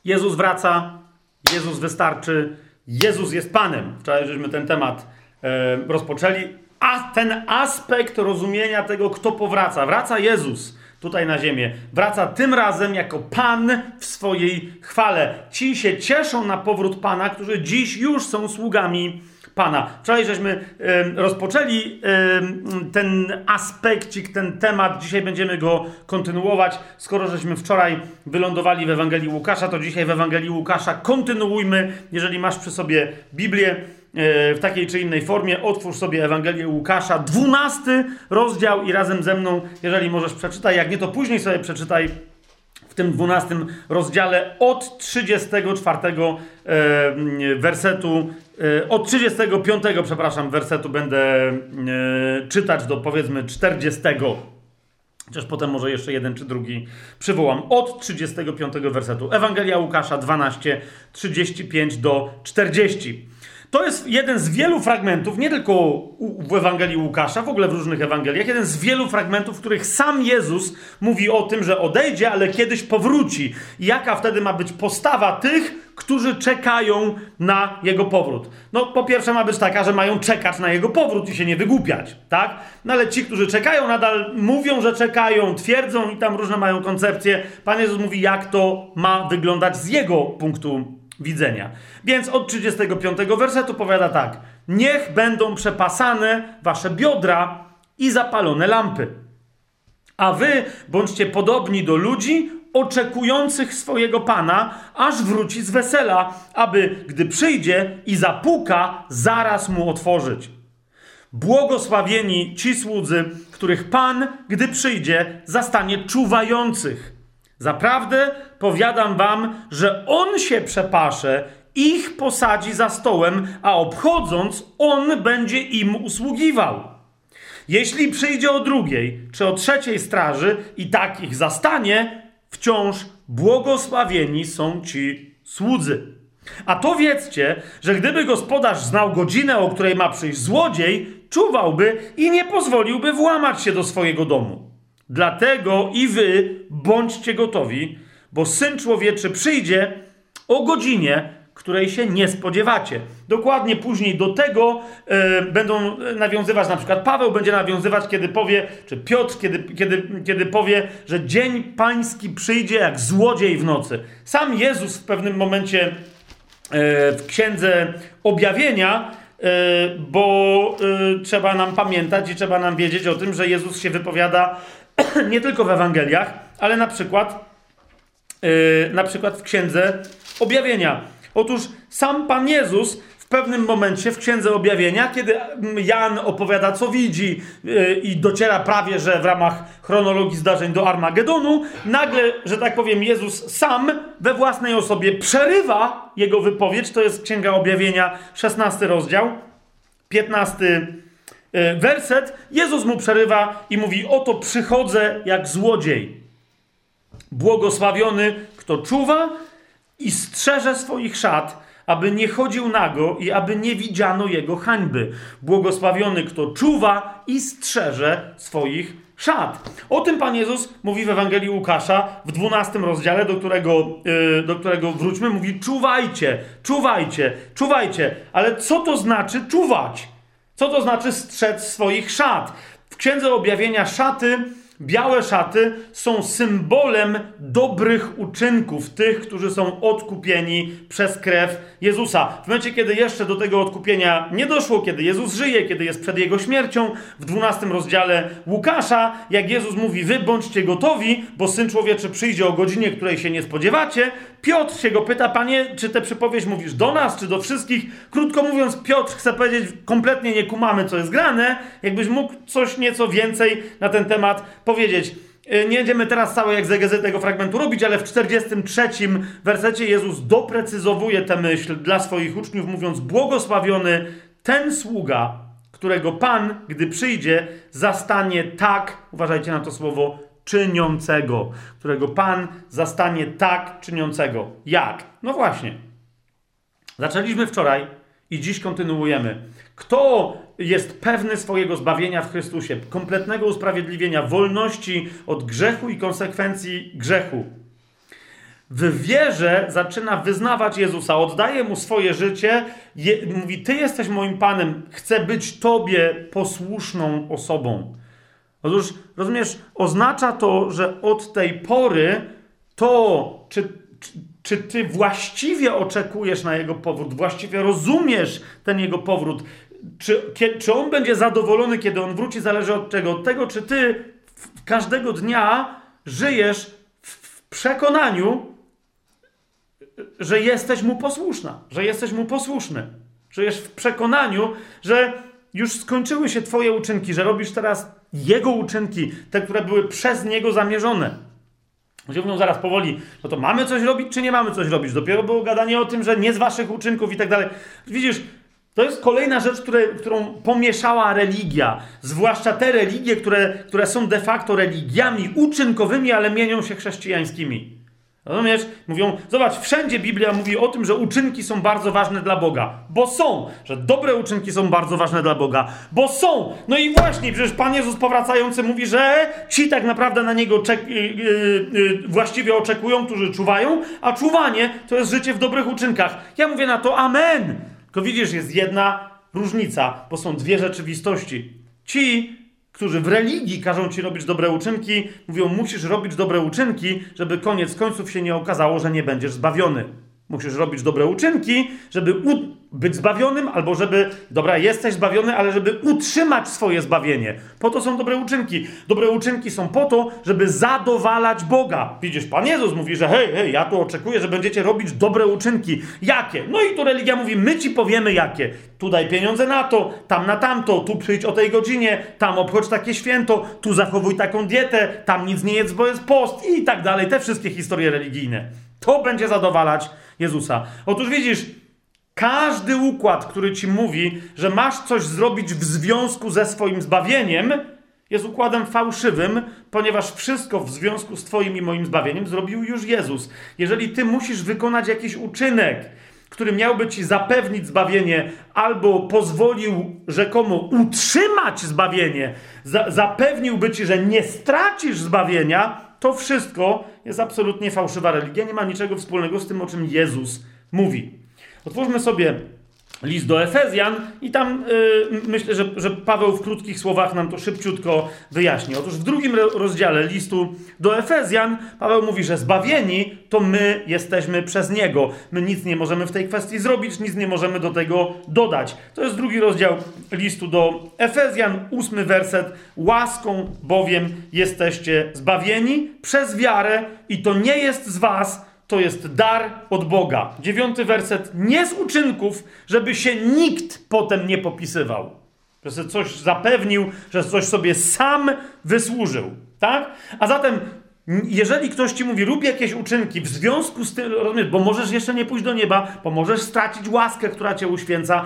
Jezus wraca, Jezus wystarczy, Jezus jest Panem. Wczoraj żeśmy ten temat rozpoczęli. A ten aspekt rozumienia tego, kto powraca. Wraca Jezus tutaj na ziemię. Wraca tym razem jako Pan w swojej chwale. Ci się cieszą na powrót Pana, którzy dziś już są sługami Pana. Wczoraj żeśmy rozpoczęli ten aspekcik, ten temat. Dzisiaj będziemy go kontynuować. Skoro żeśmy wczoraj wylądowali w Ewangelii Łukasza, to dzisiaj w Ewangelii Łukasza kontynuujmy. Jeżeli masz przy sobie Biblię w takiej czy innej formie, otwórz sobie Ewangelię Łukasza, 12 rozdział i razem ze mną, jeżeli możesz, przeczytaj. Jak nie, to później sobie przeczytaj w tym 12 rozdziale od 34 wersetu, od 35, przepraszam, wersetu będę czytać do, powiedzmy, 40. Chociaż potem może jeszcze jeden czy drugi przywołam. Od 35 wersetu. Ewangelia Łukasza 12, 35 do 40. To jest jeden z wielu fragmentów, nie tylko w Ewangelii Łukasza, w ogóle w różnych Ewangeliach, jeden z wielu fragmentów, w których sam Jezus mówi o tym, że odejdzie, ale kiedyś powróci. I jaka wtedy ma być postawa tych, którzy czekają na Jego powrót? No, po pierwsze ma być taka, że mają czekać na Jego powrót i się nie wygłupiać, tak? No ale ci, którzy czekają, nadal mówią, że czekają, twierdzą i tam różne mają koncepcje. Pan Jezus mówi, jak to ma wyglądać z Jego punktu widzenia. Więc od 35 wersetu powiada tak. Niech będą przepasane wasze biodra i zapalone lampy. A wy bądźcie podobni do ludzi oczekujących swojego Pana, aż wróci z wesela, aby, gdy przyjdzie i zapuka, zaraz mu otworzyć. Błogosławieni ci słudzy, których Pan, gdy przyjdzie, zastanie czuwających. Zaprawdę powiadam wam, że on się przepasze, ich posadzi za stołem, a obchodząc, on będzie im usługiwał. Jeśli przyjdzie o drugiej czy o trzeciej straży i tak ich zastanie, wciąż błogosławieni są ci słudzy. A to wiedzcie, że gdyby gospodarz znał godzinę, o której ma przyjść złodziej, czuwałby i nie pozwoliłby włamać się do swojego domu. Dlatego i wy bądźcie gotowi, bo Syn Człowieczy przyjdzie o godzinie, której się nie spodziewacie. Dokładnie później do tego będą nawiązywać, na przykład Paweł będzie nawiązywać, kiedy powie, czy Piotr, kiedy powie, że dzień pański przyjdzie jak złodziej w nocy. Sam Jezus w pewnym momencie w Księdze Objawienia, bo trzeba nam pamiętać i trzeba nam wiedzieć o tym, że Jezus się wypowiada nie tylko w Ewangeliach, ale na przykład w Księdze Objawienia. Otóż sam Pan Jezus w pewnym momencie w Księdze Objawienia, kiedy Jan opowiada, co widzi i dociera prawie, że w ramach chronologii zdarzeń do Armagedonu, nagle, że tak powiem, Jezus sam we własnej osobie przerywa jego wypowiedź. To jest Księga Objawienia, 16 rozdział, 15 werset. Jezus mu przerywa i mówi: oto przychodzę jak złodziej. Błogosławiony, kto czuwa i strzeże swoich szat, aby nie chodził nago i aby nie widziano jego hańby. Błogosławiony, kto czuwa i strzeże swoich szat. O tym Pan Jezus mówi w Ewangelii Łukasza w 12 rozdziale, do którego wróćmy. Mówi: czuwajcie, czuwajcie, czuwajcie. Ale co to znaczy czuwać? Co to znaczy strzec swoich szat? W Księdze Objawienia szaty, białe szaty, są symbolem dobrych uczynków tych, którzy są odkupieni przez krew Jezusa. W momencie, kiedy jeszcze do tego odkupienia nie doszło, kiedy Jezus żyje, kiedy jest przed Jego śmiercią, w 12 rozdziale Łukasza, jak Jezus mówi: wy bądźcie gotowi, bo Syn Człowieczy przyjdzie o godzinie, której się nie spodziewacie, Piotr się go pyta: Panie, czy tę przypowieść mówisz do nas, czy do wszystkich? Krótko mówiąc, Piotr chce powiedzieć: kompletnie nie kumamy, co jest grane. Jakbyś mógł coś nieco więcej na ten temat powiedzieć. Nie będziemy teraz całej egzegezy tego fragmentu robić, ale w 43 wersecie Jezus doprecyzowuje tę myśl dla swoich uczniów, mówiąc: błogosławiony ten sługa, którego Pan, gdy przyjdzie, zastanie tak, uważajcie na to słowo, czyniącego. Którego Pan zastanie tak czyniącego. Jak? No właśnie. Zaczęliśmy wczoraj i dziś kontynuujemy. Kto jest pewny swojego zbawienia w Chrystusie, kompletnego usprawiedliwienia, wolności od grzechu i konsekwencji grzechu, w wierze zaczyna wyznawać Jezusa, oddaje Mu swoje życie, mówi, Ty jesteś moim Panem, chcę być Tobie posłuszną osobą. Otóż, rozumiesz, oznacza to, że od tej pory to, czy Ty właściwie oczekujesz na Jego powrót, właściwie rozumiesz ten Jego powrót, czy On będzie zadowolony, kiedy On wróci, zależy od czego? Od tego, czy Ty każdego dnia żyjesz w przekonaniu, że jesteś Mu posłuszna, że jesteś Mu posłuszny. Żyjesz w przekonaniu, że już skończyły się Twoje uczynki, że robisz teraz Jego uczynki, te, które były przez Niego zamierzone. Ludzie mówią zaraz powoli, no to mamy coś robić, czy nie mamy coś robić? Dopiero było gadanie o tym, że nie z waszych uczynków i tak dalej. Widzisz, to jest kolejna rzecz, którą pomieszała religia. Zwłaszcza te religie, które są de facto religiami uczynkowymi, ale mienią się chrześcijańskimi. Rozumiesz? Mówią, zobacz, wszędzie Biblia mówi o tym, że uczynki są bardzo ważne dla Boga. Bo są. Że dobre uczynki są bardzo ważne dla Boga. Bo są. No i właśnie, przecież Pan Jezus powracający mówi, że ci tak naprawdę na Niego właściwie oczekują, którzy czuwają, a czuwanie to jest życie w dobrych uczynkach. Ja mówię na to amen. Tylko widzisz, jest jedna różnica, bo są dwie rzeczywistości. Ci, którzy w religii każą ci robić dobre uczynki, mówią, musisz robić dobre uczynki, żeby koniec końców się nie okazało, że nie będziesz zbawiony. Musisz robić dobre uczynki, żeby być zbawionym, albo żeby, dobra, jesteś zbawiony, ale żeby utrzymać swoje zbawienie. Po to są dobre uczynki. Dobre uczynki są po to, żeby zadowalać Boga. Widzisz, Pan Jezus mówi, że hej, ja tu oczekuję, że będziecie robić dobre uczynki. Jakie? No i tu religia mówi, my ci powiemy jakie. Tu daj pieniądze na to, tam na tamto, tu przyjdź o tej godzinie, tam obchodź takie święto, tu zachowuj taką dietę, tam nic nie jedz, bo jest post i tak dalej. Te wszystkie historie religijne. To będzie zadowalać Jezusa. Otóż widzisz, każdy układ, który ci mówi, że masz coś zrobić w związku ze swoim zbawieniem, jest układem fałszywym, ponieważ wszystko w związku z twoim i moim zbawieniem zrobił już Jezus. Jeżeli ty musisz wykonać jakiś uczynek, który miałby ci zapewnić zbawienie, albo pozwolił rzekomo utrzymać zbawienie, zapewniłby ci, że nie stracisz zbawienia, to wszystko jest absolutnie fałszywa religia. Nie ma niczego wspólnego z tym, o czym Jezus mówi. Otwórzmy sobie list do Efezjan i tam myślę, że Paweł w krótkich słowach nam to szybciutko wyjaśni. Otóż w 2 rozdziale listu do Efezjan Paweł mówi, że zbawieni to my jesteśmy przez Niego. My nic nie możemy w tej kwestii zrobić, nic nie możemy do tego dodać. To jest 2 rozdział listu do Efezjan, 8 werset. Łaską bowiem jesteście zbawieni przez wiarę i to nie jest z was, to jest dar od Boga. 9 werset. Nie z uczynków, żeby się nikt potem nie popisywał. Że sobie coś zapewnił, że coś sobie sam wysłużył. Tak? A zatem, jeżeli ktoś ci mówi, rób jakieś uczynki w związku z tym, rozumiesz, bo możesz jeszcze nie pójść do nieba, bo możesz stracić łaskę, która cię uświęca,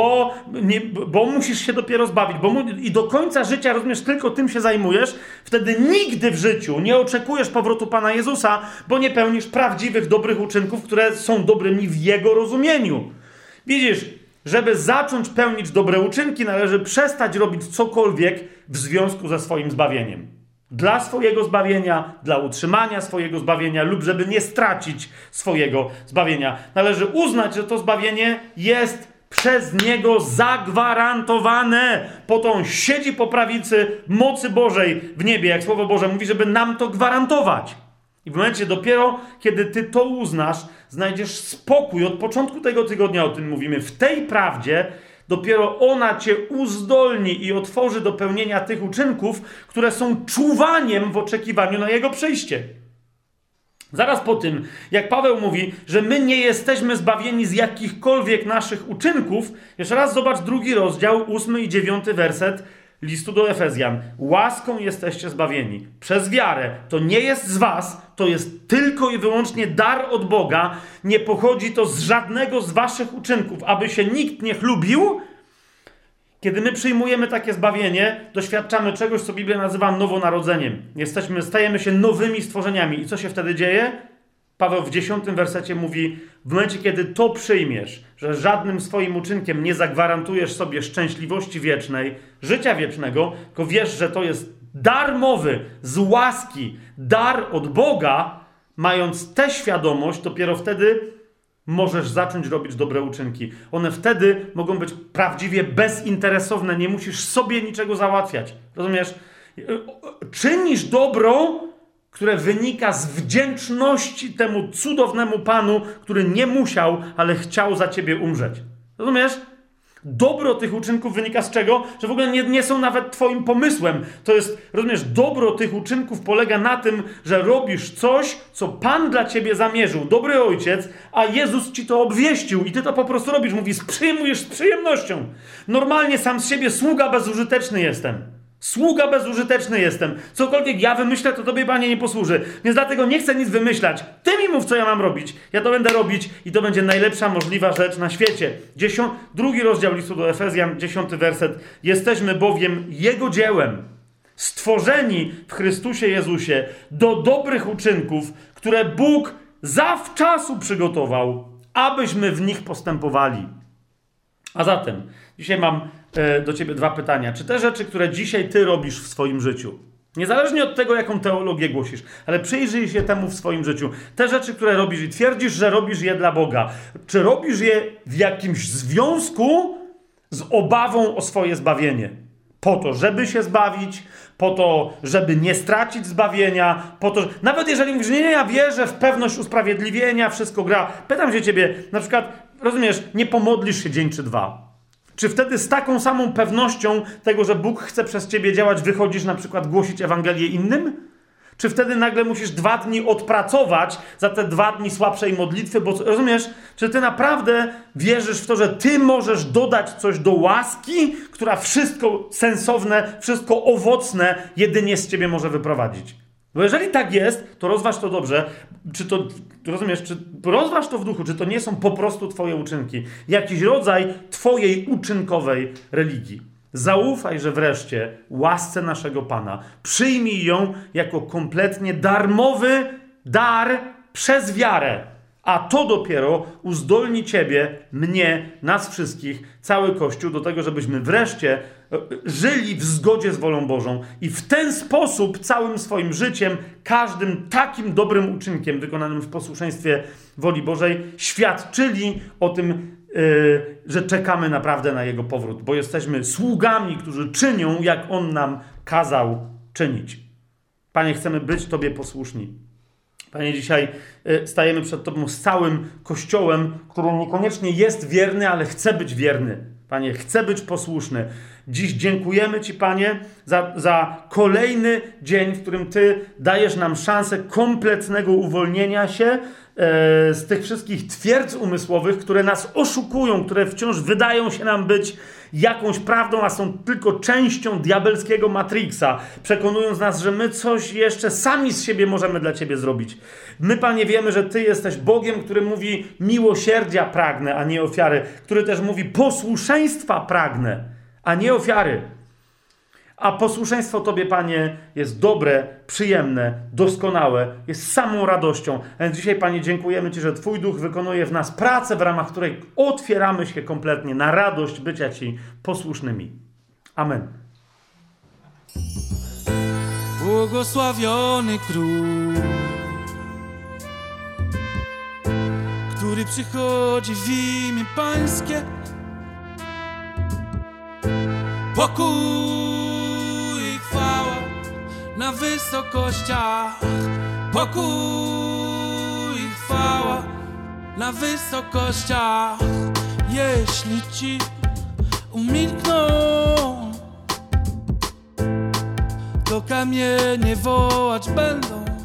bo musisz się dopiero zbawić, i do końca życia, rozumiesz, tylko tym się zajmujesz, wtedy nigdy w życiu nie oczekujesz powrotu Pana Jezusa, bo nie pełnisz prawdziwych, dobrych uczynków, które są dobrymi w Jego rozumieniu. Widzisz, żeby zacząć pełnić dobre uczynki, należy przestać robić cokolwiek w związku ze swoim zbawieniem. Dla swojego zbawienia, dla utrzymania swojego zbawienia lub żeby nie stracić swojego zbawienia. Należy uznać, że to zbawienie jest przez Niego zagwarantowane. Po to On siedzi po prawicy mocy Bożej w niebie, jak Słowo Boże mówi, żeby nam to gwarantować. I w momencie dopiero, kiedy ty to uznasz, znajdziesz spokój. Od początku tego tygodnia o tym mówimy. W tej prawdzie dopiero ona cię uzdolni i otworzy do pełnienia tych uczynków, które są czuwaniem w oczekiwaniu na Jego przyjście. Zaraz po tym, jak Paweł mówi, że my nie jesteśmy zbawieni z jakichkolwiek naszych uczynków, jeszcze raz zobacz 2 rozdział, 8 i 9 werset listu do Efezjan. Łaską jesteście zbawieni przez wiarę. To nie jest z was, to jest tylko i wyłącznie dar od Boga. Nie pochodzi to z żadnego z waszych uczynków, aby się nikt nie chlubił. Kiedy my przyjmujemy takie zbawienie, doświadczamy czegoś, co Biblia nazywa nowonarodzeniem. Stajemy się nowymi stworzeniami. I co się wtedy dzieje? Paweł w 10 wersecie mówi, w momencie, kiedy to przyjmiesz, że żadnym swoim uczynkiem nie zagwarantujesz sobie szczęśliwości wiecznej, życia wiecznego, tylko wiesz, że to jest darmowy, z łaski, dar od Boga, mając tę świadomość, dopiero wtedy możesz zacząć robić dobre uczynki. One wtedy mogą być prawdziwie bezinteresowne. Nie musisz sobie niczego załatwiać. Rozumiesz? Czynisz dobro, które wynika z wdzięczności temu cudownemu Panu, który nie musiał, ale chciał za ciebie umrzeć. Rozumiesz? Dobro tych uczynków wynika z czego? Że w ogóle nie są nawet twoim pomysłem. To jest, rozumiesz, dobro tych uczynków polega na tym, że robisz coś, co Pan dla ciebie zamierzył. Dobry Ojciec, a Jezus ci to obwieścił i ty to po prostu robisz. Mówisz, przyjmujesz z przyjemnością. Normalnie sam z siebie sługa bezużyteczny jestem. Sługa bezużyteczny jestem. Cokolwiek ja wymyślę, to tobie, Panie, nie posłuży. Więc dlatego nie chcę nic wymyślać. Ty mi mów, co ja mam robić. Ja to będę robić i to będzie najlepsza możliwa rzecz na świecie. 2 rozdział listu do Efezjan, 10 werset. Jesteśmy bowiem Jego dziełem, stworzeni w Chrystusie Jezusie do dobrych uczynków, które Bóg zawczasu przygotował, abyśmy w nich postępowali. A zatem, dzisiaj mam do ciebie 2 pytania. Czy te rzeczy, które dzisiaj ty robisz w swoim życiu, niezależnie od tego, jaką teologię głosisz, ale przyjrzyj się temu w swoim życiu, te rzeczy, które robisz i twierdzisz, że robisz je dla Boga, czy robisz je w jakimś związku z obawą o swoje zbawienie? Po to, żeby się zbawić, po to, żeby nie stracić zbawienia, po to, nawet jeżeli mówisz, nie, ja wierzę w pewność usprawiedliwienia, wszystko gra. Pytam się ciebie, na przykład, rozumiesz, nie pomodlisz się dzień czy 2. Czy wtedy z taką samą pewnością tego, że Bóg chce przez ciebie działać, wychodzisz na przykład głosić Ewangelię innym? Czy wtedy nagle musisz 2 dni odpracować za te 2 dni słabszej modlitwy? Bo rozumiesz, czy ty naprawdę wierzysz w to, że ty możesz dodać coś do łaski, która wszystko sensowne, wszystko owocne jedynie z ciebie może wyprowadzić? Bo jeżeli tak jest, to rozważ to dobrze. Czy to, rozumiesz, rozważ to w duchu, czy to nie są po prostu twoje uczynki. Jakiś rodzaj twojej uczynkowej religii. Zaufaj, że wreszcie łasce naszego Pana. Przyjmij ją jako kompletnie darmowy dar przez wiarę. A to dopiero uzdolni ciebie, mnie, nas wszystkich, cały Kościół do tego, żebyśmy wreszcie żyli w zgodzie z wolą Bożą i w ten sposób całym swoim życiem, każdym takim dobrym uczynkiem wykonanym w posłuszeństwie woli Bożej świadczyli o tym, że czekamy naprawdę na Jego powrót, bo jesteśmy sługami, którzy czynią, jak On nam kazał czynić. Panie, chcemy być Tobie posłuszni. Panie, dzisiaj stajemy przed Tobą z całym Kościołem, który niekoniecznie jest wierny, ale chce być wierny. Panie, chce być posłuszny. Dziś dziękujemy Ci, Panie, za kolejny dzień, w którym Ty dajesz nam szansę kompletnego uwolnienia się z tych wszystkich twierdz umysłowych, które nas oszukują, które wciąż wydają się nam być jakąś prawdą, a są tylko częścią diabelskiego Matrixa, przekonując nas, że my coś jeszcze sami z siebie możemy dla Ciebie zrobić. My, Panie, wiemy, że Ty jesteś Bogiem, który mówi miłosierdzia pragnę, a nie ofiary, który też mówi posłuszeństwa pragnę, a nie ofiary. A posłuszeństwo Tobie, Panie, jest dobre, przyjemne, doskonałe, jest samą radością. A więc dzisiaj, Panie, dziękujemy Ci, że Twój Duch wykonuje w nas pracę, w ramach której otwieramy się kompletnie na radość bycia Ci posłusznymi. Amen. Błogosławiony Król, który przychodzi w imię Pańskie. Pokój i chwała na wysokościach. Pokój i chwała na wysokościach. Jeśli ci umilkną, to kamienie wołać będą.